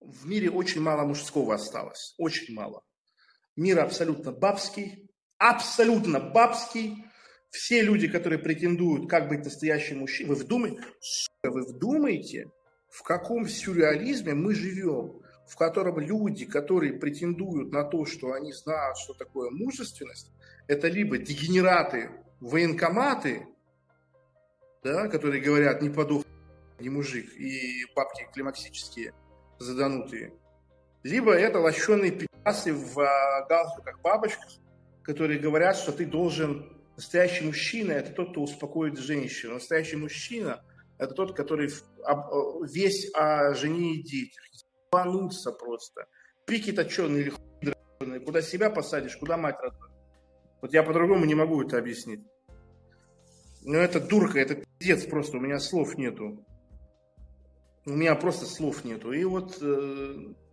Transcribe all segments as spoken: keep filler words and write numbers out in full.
в мире очень мало мужского осталось. Очень мало. Мир абсолютно бабский. Абсолютно бабский. Все люди, которые претендуют, как быть настоящим мужчиной, вы вдумаете, вы вдумаете, в каком сюрреализме мы живем, в котором люди, которые претендуют на то, что они знают, что такое мужественность, это либо дегенераты, военкоматы, да, которые говорят, не подох, не мужик, и бабки климаксические заданутые, либо это лощеные пидасы в галстуках, бабочках, которые говорят, что ты должен... Настоящий мужчина – это тот, кто успокоит женщину. Настоящий мужчина – это тот, который весь о жене и детях. Ебануться просто. Пики точеные или хуй дроченые. Куда себя посадишь, куда мать родная. Вот я по-другому не могу это объяснить. Но это дурка, это пиздец просто. У меня слов нету. У меня просто слов нету. И вот э,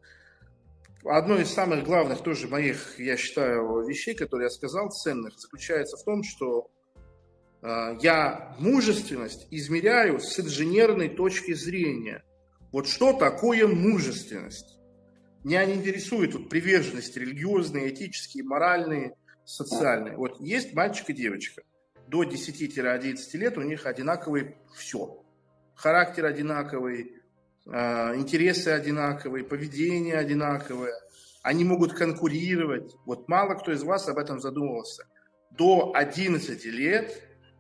одно из самых главных тоже моих, я считаю, вещей, которые я сказал, ценных, заключается в том, что э, я мужественность измеряю с инженерной точки зрения. Вот что такое мужественность? Меня не интересует вот, приверженности религиозные, этические, моральные, социальные. Вот есть мальчик и девочка. До десяти-одиннадцати лет у них одинаковый все. Характер одинаковый, интересы одинаковые, поведение одинаковое. Они могут конкурировать. Вот мало кто из вас об этом задумывался. До одиннадцати лет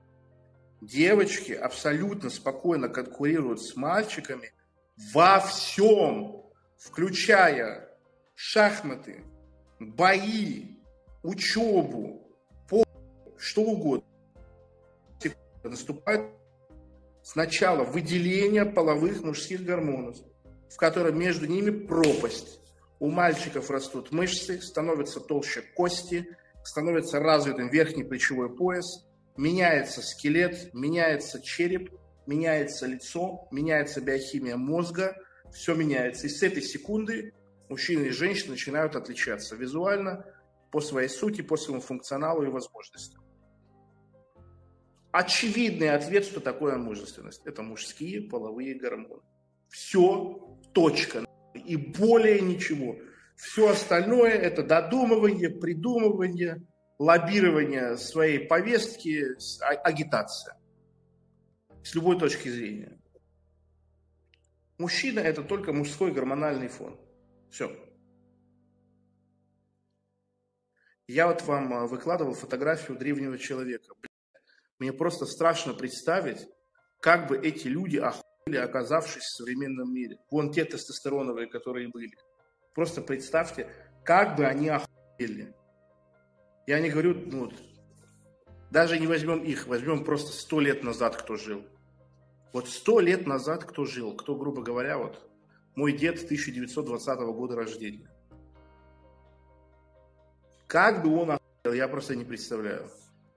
девочки абсолютно спокойно конкурируют с мальчиками во всем, включая шахматы, бои, учебу, что угодно. Наступает сначала выделение половых мужских гормонов, в котором между ними пропасть. У мальчиков растут мышцы, становятся толще кости, становится развитым верхний плечевой пояс, меняется скелет, меняется череп, меняется лицо, меняется биохимия мозга, все меняется. И с этой секунды мужчины и женщины начинают отличаться визуально, по своей сути, по своему функционалу и возможностям. Очевидный ответ, что такое мужественность. Это мужские половые гормоны. Все, точка. И более ничего. Все остальное – это додумывание, придумывание, лоббирование своей повестки, агитация. С любой точки зрения. Мужчина – это только мужской гормональный фон. Все. Я вот вам выкладывал фотографию древнего человека. Мне просто страшно представить, как бы эти люди охуели, оказавшись в современном мире. Вон те тестостероновые, которые были. Просто представьте, как бы они охуели. Я не говорю, ну, даже не возьмем их, возьмем просто сто лет назад, кто жил. Вот сто лет назад кто жил, кто, грубо говоря, вот мой дед тысяча девятьсот двадцатого года рождения. Как бы он охуел, я просто не представляю.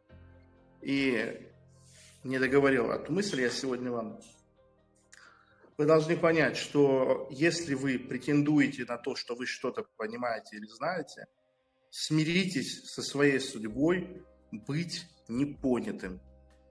И не договорил эту мысль я сегодня вам. Вы должны понять, что если вы претендуете на то, что вы что-то понимаете или знаете, смиритесь со своей судьбой быть непонятым.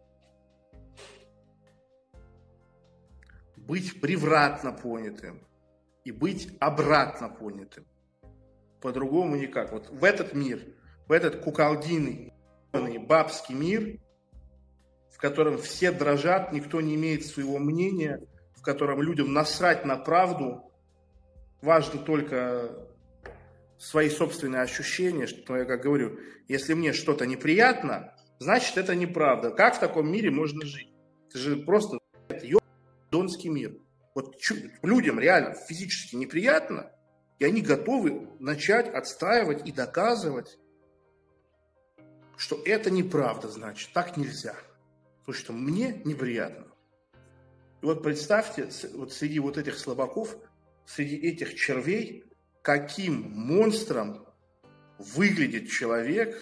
Быть превратно понятым и быть обратно понятым. По-другому никак. Вот в этот мир, в этот куколдиный, бабский мир, в котором все дрожат, никто не имеет своего мнения, в котором людям насрать на правду, важно только свои собственные ощущения, что я как говорю, если мне что-то неприятно, значит это неправда. Как в таком мире можно жить? Это же просто донский мир. Вот людям реально физически неприятно, и они готовы начать отстаивать и доказывать, что это неправда, значит, так нельзя. Потому что мне неприятно. И вот представьте, вот среди вот этих слабаков, среди этих червей, каким монстром выглядит человек,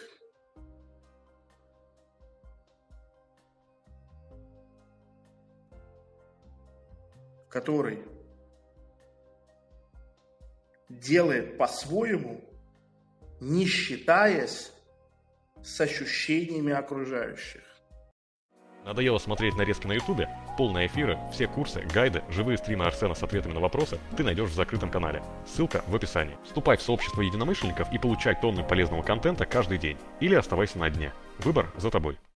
который делает по-своему, не считаясь с ощущениями окружающих. Надоело смотреть нарезки на ютубе? полные эфиры, все курсы, гайды, живые стримы Арсена с ответами на вопросы ты найдешь в закрытом канале. Ссылка в описании. Вступай в сообщество единомышленников и получай тонны полезного контента каждый день. Или оставайся на дне. Выбор за тобой.